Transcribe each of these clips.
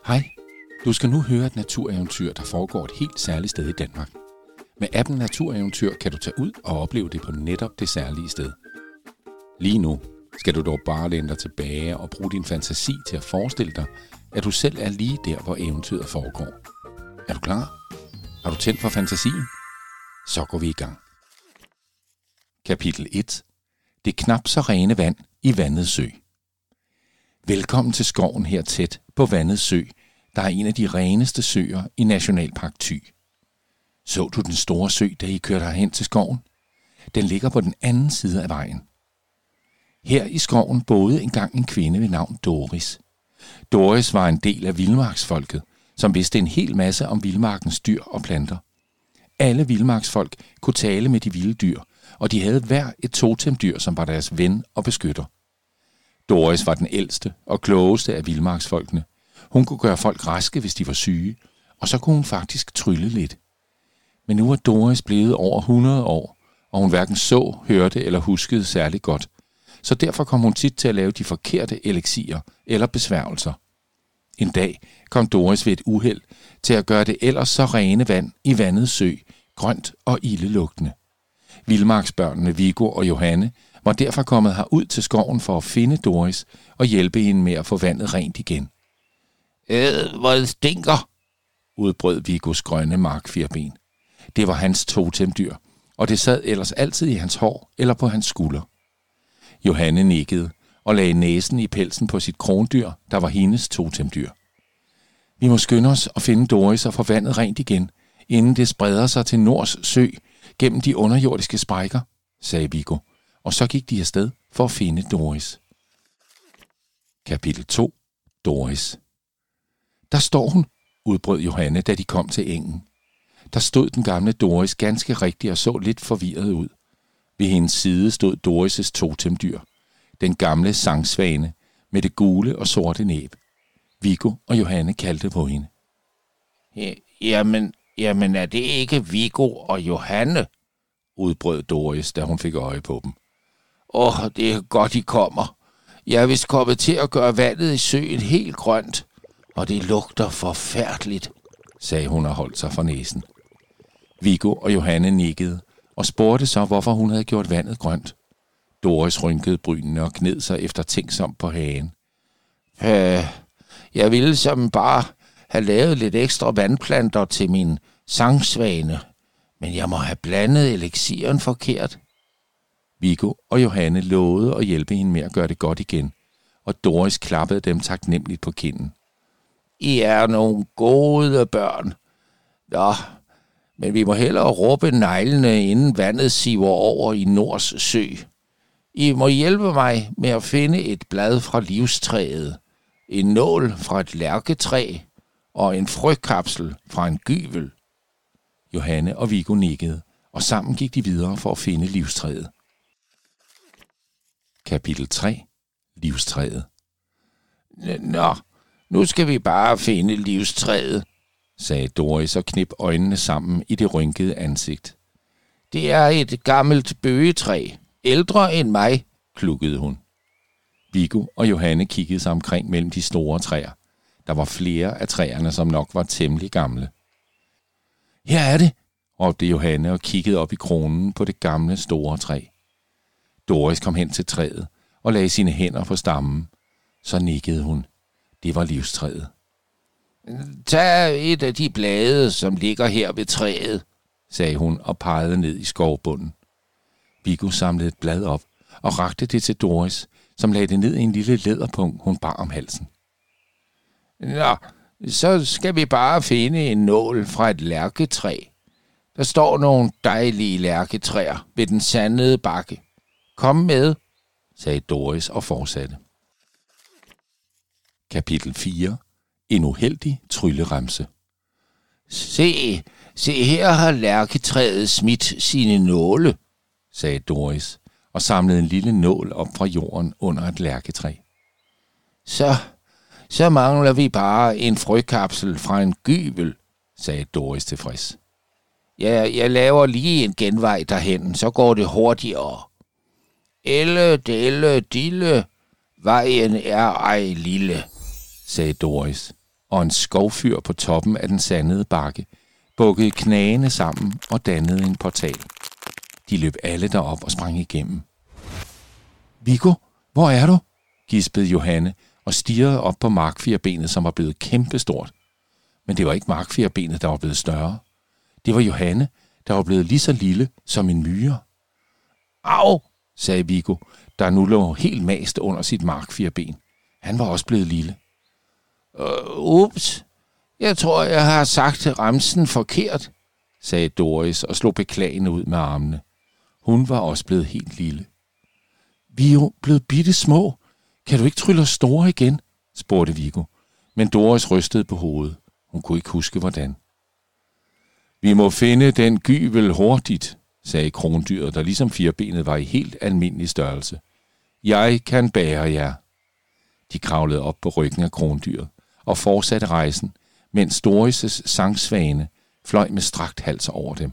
Hej, du skal nu høre et natureventyr, der foregår et helt særligt sted i Danmark. Med appen Natureventyr kan du tage ud og opleve det på netop det særlige sted. Lige nu skal du dog bare læne dig tilbage og bruge din fantasi til at forestille dig, at du selv er lige der, hvor eventyret foregår. Er du klar? Har du tændt for fantasien? Så går vi i gang. Kapitel 1. Det knap så rene vand i Vandet Sø. Velkommen til skoven her tæt på Vandet Sø, der er en af de reneste søer i Nationalpark Thy. Så du den store sø, da I kørte hen til skoven? Den ligger på den anden side af vejen. Her i skoven boede engang en kvinde ved navn Doris. Doris var en del af vildmarksfolket, som vidste en hel masse om vildmarkens dyr og planter. Alle vildmarksfolk kunne tale med de vilde dyr, og de havde hver et totemdyr, som var deres ven og beskytter. Doris var den ældste og klogeste af vildmarksfolkene. Hun kunne gøre folk raske, hvis de var syge, og så kunne hun faktisk trylle lidt. Men nu var Doris blevet over 100 år, og hun hverken så, hørte eller huskede særlig godt. Så derfor kom hun tit til at lave de forkerte elixirer eller besværgelser. En dag kom Doris ved et uheld til at gøre det ellers så rene vand i Vandet Sø grønt og ildelugtende. Vildmarksbørnene Viggo og Johanne var derfor kommet herud til skoven for at finde Doris og hjælpe hende med at få vandet rent igen. Hvor det stinker, udbrød Viggos grønne markfirben. Det var hans totemdyr, og det sad ellers altid i hans hår eller på hans skulder. Johanne nikkede og lagde næsen i pelsen på sit krondyr, der var hendes totemdyr. Vi må skynde os og finde Doris og få vandet rent igen, inden det spreder sig til Nords Sø gennem de underjordiske sprækker, sagde Viggo, og så gik de afsted for at finde Doris. Kapitel 2. Doris. Der står hun, udbrød Johanne, da de kom til engen. Der stod den gamle Doris ganske rigtigt og så lidt forvirret ud. Ved hendes side stod Doris' totemdyr, den gamle sangsvane med det gule og sorte næb. Viggo og Johanne kaldte på hende. Jamen er det ikke Viggo og Johanne? Udbrød Doris, da hun fik øje på dem. Det er godt, I kommer. Jeg er vist kommet til at gøre vandet i søen helt grønt, og det lugter forfærdeligt, sagde hun og holdt sig for næsen. Viggo og Johanne nikkede og spurgte så, hvorfor hun havde gjort vandet grønt. Doris rynkede brynene og gned sig eftertænksomt på hagen. Jeg ville som bare have lavet lidt ekstra vandplanter til min sangsvane, men jeg må have blandet elixiren forkert. Viggo og Johanne lovede at hjælpe hende med at gøre det godt igen, og Doris klappede dem taknemmeligt på kinden. I er nogle gode børn. Nå, men vi må hellere råbe neglene, inden vandet siver over i Nords Sø. I må hjælpe mig med at finde et blad fra livstræet, en nål fra et lærketræ og en frøkapsel fra en gyvel. Johanne og Viggo nikkede, og sammen gik de videre for at finde livstræet. Kapitel 3. Livstræet. Nå, nu skal vi bare finde livstræet, sagde Doris og knep øjnene sammen i det rynkede ansigt. Det er et gammelt bøgetræ, ældre end mig, klukkede hun. Viggo og Johanne kiggede sig omkring mellem de store træer. Der var flere af træerne, som nok var temmelig gamle. Her er det, råbte Johanne og kiggede op i kronen på det gamle store træ. Doris kom hen til træet og lagde sine hænder på stammen. Så nikkede hun. Det var livstræet. Tag et af de blade, som ligger her ved træet, sagde hun og pegede ned i skovbunden. Viggo samlede et blad op og rakte det til Doris, som lagde det ned i en lille læderpung, hun bar om halsen. Nå, så skal vi bare finde en nål fra et lærketræ. Der står nogle dejlige lærketræer ved den sandede bakke. Kom med, sagde Doris og fortsatte. Kapitel 4. En uheldig trylleremse. Se her har lærketræet smidt sine nåle, sagde Doris og samlede en lille nål op fra jorden under et lærketræ. Så mangler vi bare en frøkapsel fra en gyvel, sagde Doris tilfreds. Jeg laver lige en genvej derhen, så går det hurtigere. Elle, delle, dille, vejen er ej lille, sagde Doris. og en skovfyr på toppen af den sandede bakke bukkede knagende sammen og dannede en portal. De løb alle derop og sprang igennem. Viggo, hvor er du? Gispede Johanne og stirrede op på markfirbenet, som var blevet kæmpestort. Men det var ikke markfirbenet, der var blevet større. Det var Johanne, der var blevet lige så lille som en myre. Au, sagde Viggo, der nu lå helt mast under sit markfirben. Han var også blevet lille. Ups, jeg tror, jeg har sagt remsen forkert, sagde Doris og slog beklagende ud med armene. Hun var også blevet helt lille. Vi er jo blevet bitte små. Kan du ikke trylle os store igen? Spurgte Viggo, men Doris rystede på hovedet. Hun kunne ikke huske, hvordan. Vi må finde den gyvel hurtigt, sagde krondyret, der ligesom firbenet var i helt almindelig størrelse. Jeg kan bære jer. De kravlede op på ryggen af krondyret og fortsatte rejsen, mens Doris' sangsvane fløj med strakt hals over dem.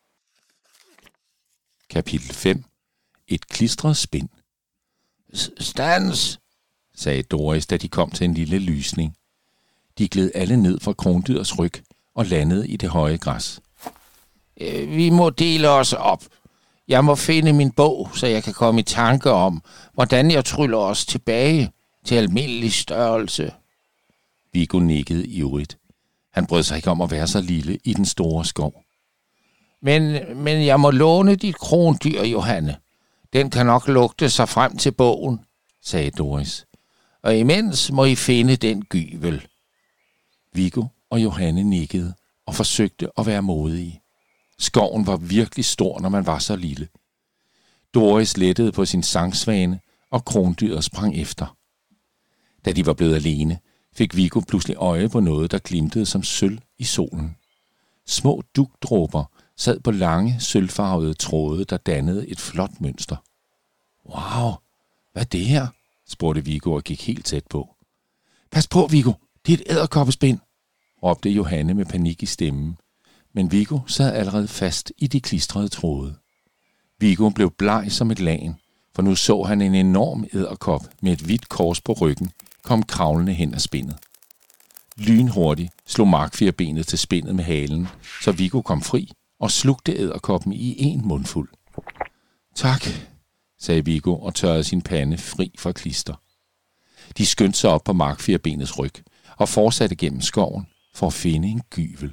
Kapitel 5. Et klistret spind. Stands, sagde Doris, da de kom til en lille lysning. De gled alle ned fra krondyrets ryg og landede i det høje græs. Vi må dele os op. Jeg må finde min bog, så jeg kan komme i tanke om, hvordan jeg tryller os tilbage til almindelig størrelse. Viggo nikkede ivrigt. Han brød sig ikke om at være så lille i den store skov. Men jeg må låne dit krondyr, Johanne. Den kan nok lugte sig frem til bogen, sagde Doris. Og imens må I finde den gyvel. Viggo og Johanne nikkede og forsøgte at være modige. Skoven var virkelig stor, når man var så lille. Doris lettede på sin sangsvane, og krondyret sprang efter. Da de var blevet alene, fik Viggo pludselig øje på noget, der glimtede som sølv i solen. Små dugdråber sad på lange, sølvfarvede tråde, der dannede et flot mønster. Wow, hvad er det her? Spurgte Viggo og gik helt tæt på. Pas på, Viggo, det er et edderkoppespind, råbte Johanne med panik i stemmen. Men Viggo sad allerede fast i de klistrede tråde. Viggo blev bleg som et lagen, for nu så han en enorm edderkop med et hvidt kors på ryggen kom kravlende hen ad spindet. Lynhurtigt slog markfirbenet til spindet med halen, så Viggo kom fri og slugte edderkoppen i en mundfuld. Tak, sagde Viggo og tørrede sin pande fri fra klister. De skyndte sig op på markfirbenets ryg og fortsatte gennem skoven for at finde en gyvel.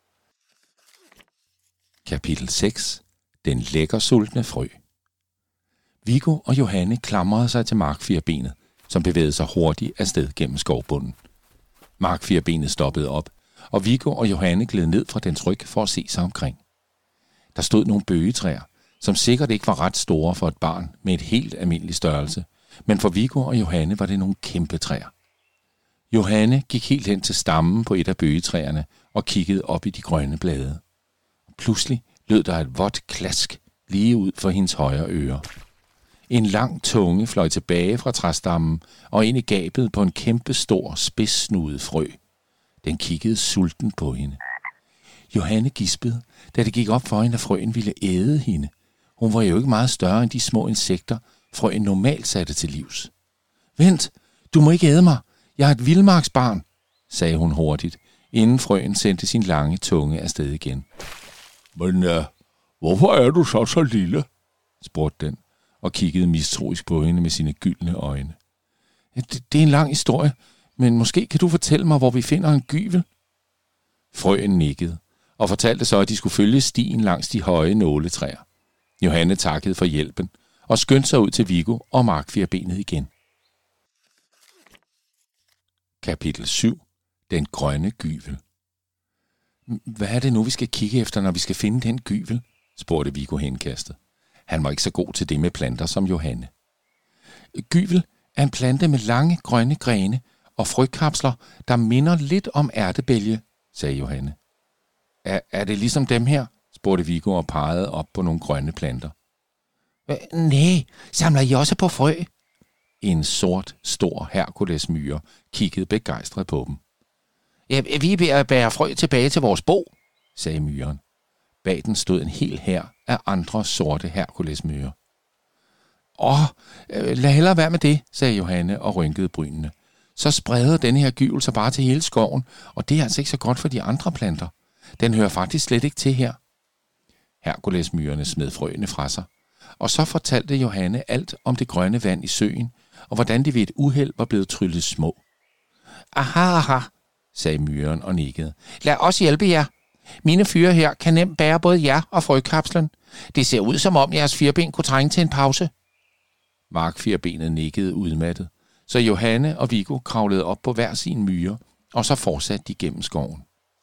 Kapitel 6. Den lækker sultne frø. Viggo og Johanne klamrede sig til markfirbenet, som bevægede sig hurtigt afsted gennem skovbunden. Markfirbenet stoppede op, og Viggo og Johanne gled ned fra dens ryg for at se sig omkring. Der stod nogle bøgetræer, som sikkert ikke var ret store for et barn med et helt almindelig størrelse, men for Viggo og Johanne var det nogle kæmpe træer. Johanne gik helt hen til stammen på et af bøgetræerne og kiggede op i de grønne blade. Pludselig lød der et vådt klask lige ud for hendes højre øre. En lang tunge fløj tilbage fra træstammen og ind i gabet på en kæmpe stor spidssnudet frø. Den kiggede sulten på hende. Johanne gispede, da det gik op for hende, at frøen ville æde hende. Hun var jo ikke meget større end de små insekter, frøen normalt satte til livs. Vent, du må ikke æde mig. Jeg er et vildmarksbarn, sagde hun hurtigt, inden frøen sendte sin lange tunge afsted igen. Men hvorfor er du så lille? Spurgte den og kiggede mistroisk på hende med sine gyldne øjne. Det er en lang historie, men måske kan du fortælle mig, hvor vi finder en gyvel? Frøen nikkede og fortalte så, at de skulle følge stien langs de høje nåletræer. Johanne takkede for hjælpen og skyndte sig ud til Viggo og markfirbenet igen. Kapitel 7. Den grønne gyvel. Hvad er det nu, vi skal kigge efter, når vi skal finde den gyvel? Spurgte Viggo henkastet. Han var ikke så god til det med planter som Johanne. Gyvel er en plante med lange grønne grene og frøkapsler, der minder lidt om ærtebælge, sagde Johanne. Er det ligesom dem her? Spurgte Viggo og pegede op på nogle grønne planter. Nej, samler I også på frø? En stor herkulesmyre kiggede begejstret på dem. Ja, vi er ved at bære frø tilbage til vores bo, sagde myren. Bag den stod en hel hær af andre sorte herkulesmyrer. Lad hellere være med det, sagde Johanne og rynkede brynene. så spreder denne her gyvel sig bare til hele skoven, og det er altså ikke så godt for de andre planter. Den hører faktisk slet ikke til her. Herkulesmyrerne smed frøene fra sig, og så fortalte Johanne alt om det grønne vand i søen, og hvordan de ved et uheld var blevet tryllet små. Aha, sagde myren og nikkede. Lad os hjælpe jer. Mine fyre her kan nemt bære både jer og frøkapslen. Det ser ud som om jeres fireben kunne trænge til en pause. Markfirbenet nikkede udmattet, så Johanne og Viggo kravlede op på hver sin myre, og så fortsatte de gennem skoven.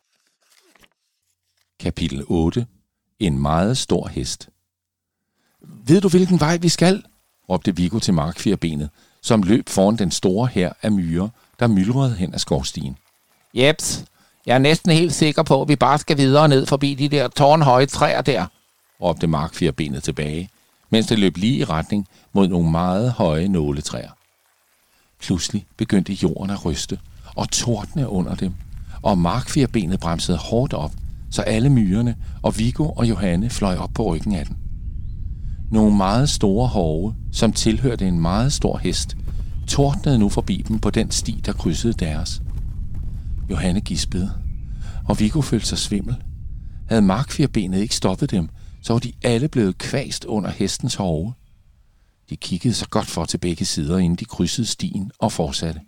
Kapitel 8. En meget stor hest. Ved du, hvilken vej vi skal? Råbte Viggo til Markfirbenet, som løb foran den store hær af myrer, der myldrede hen ad skovstien. Jeps, jeg er næsten helt sikker på, at vi bare skal videre ned forbi de der tårnhøje træer der, råbte Markfirbenet tilbage, mens det løb lige i retning mod nogle meget høje nåletræer. Pludselig begyndte jorden at ryste og tordne under dem, og Markfirbenet bremsede hårdt op, så alle myrerne og Viggo og Johanne fløj op på ryggen af den. Nogle meget store hove, som tilhørte en meget stor hest, tordnede nu forbi dem på den sti, der krydsede deres. Johanne gispede, og Viggo følte sig svimmel. Havde Markfirbenet ikke stoppet dem, så var de alle blevet kvast under hestens hove. De kiggede sig godt for til begge sider, inden de krydsede stien og fortsatte.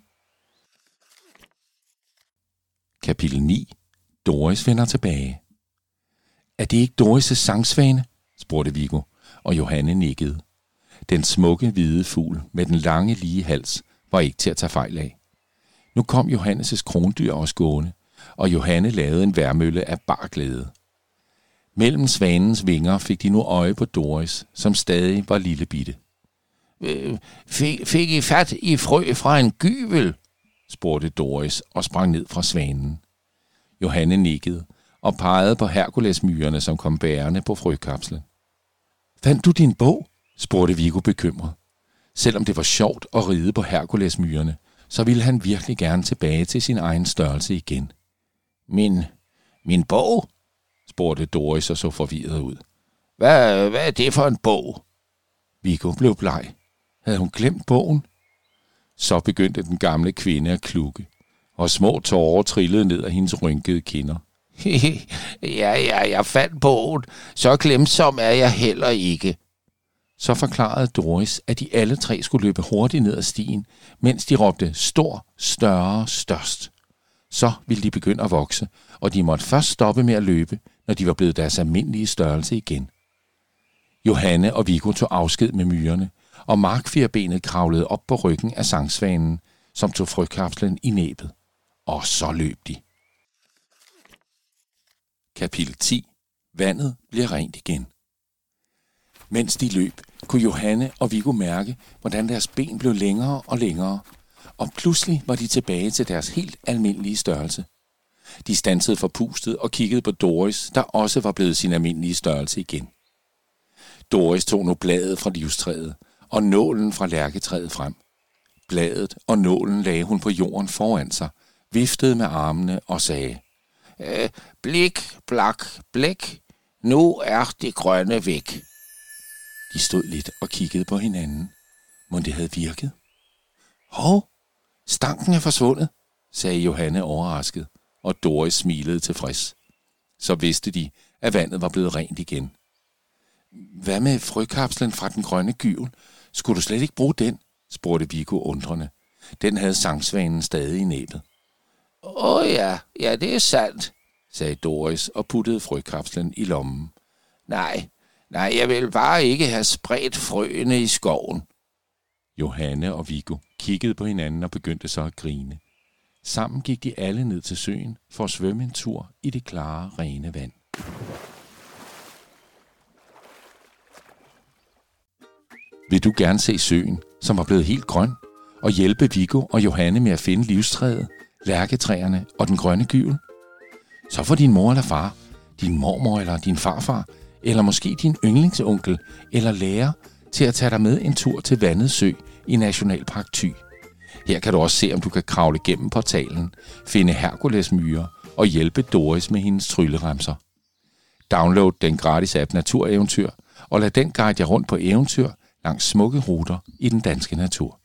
Kapitel 9. Doris vender tilbage. Er det ikke Doris' sangsvane? Spurgte Viggo, og Johanne nikkede. Den smukke hvide fugl med den lange lige hals var ikke til at tage fejl af. Nu kom Johannes' krondyr også gående, og Johanne lavede en vejrmølle af bar glæde. Mellem svanens vinger fik de nu øje på Doris, som stadig var lille bitte. Fik I fat i frø fra en gyvel? Spurgte Doris og sprang ned fra svanen. Johanne nikkede og pegede på Herkulesmyrerne, som kom bærende på frøkapslen. Fandt du din bog? Spurgte Viggo bekymret. Selvom det var sjovt at ride på Herkulesmyrerne, så ville han virkelig gerne tilbage til sin egen størrelse igen. Min bog? Spurgte Doris og så forvirret ud. Hvad er det for en bog? Viggo blev bleg. Havde hun glemt bogen? Så begyndte den gamle kvinde at klukke, og små tårer trillede ned af hendes rynkede kinder. Jeg fandt bogen. Så glemsom er jeg heller ikke. Så forklarede Doris, at de alle tre skulle løbe hurtigt ned ad stien, mens de råbte stor, større, størst. Så ville de begynde at vokse, og de måtte først stoppe med at løbe, når de var blevet deres almindelige størrelse igen. Johanne og Viggo tog afsked med myrerne, og Markfirbenet kravlede op på ryggen af sangsvanen, som tog frøkapslen i næbet. Og så løb de. Kapitel 10. Vandet bliver rent igen. Mens de løb, kunne Johanne og Viggo mærke, hvordan deres ben blev længere og længere, og pludselig var de tilbage til deres helt almindelige størrelse. De standsede forpustet og kiggede på Doris, der også var blevet sin almindelige størrelse igen. Doris tog nu bladet fra livstræet og nålen fra lærketræet frem. Bladet og nålen lagde hun på jorden foran sig, viftede med armene og sagde, blik, blak, blæk, nu er det grønne væk. De stod lidt og kiggede på hinanden. Mon det havde virket? Hov, stanken er forsvundet, sagde Johanne overrasket, og Doris smilede tilfreds. Så vidste de, at vandet var blevet rent igen. Hvad med frøkapslen fra den grønne gyvel? Skulle du slet ikke bruge den? Spurgte Viggo undrende. Den havde sangsvanen stadig i næbet. Ja, det er sandt, sagde Doris og puttede frøkapslen i lommen. Nej, jeg vil bare ikke have spredt frøene i skoven. Johanne og Viggo kiggede på hinanden og begyndte så at grine. Sammen gik de alle ned til søen for at svømme en tur i det klare, rene vand. Vil du gerne se søen, som var blevet helt grøn, og hjælpe Viggo og Johanne med at finde livstræet, lærketræerne og den grønne gyvel? Så får din mor eller far, din mormor eller din farfar, eller måske din yndlingsonkel eller lærer til at tage dig med en tur til Vandet Sø i Nationalpark Thy. Her kan du også se, om du kan kravle gennem portalen, finde Herkulesmyrer og hjælpe Doris med hendes trylleremser. Download den gratis app Natureventyr, og lad den guide jer rundt på eventyr langs smukke ruter i den danske natur.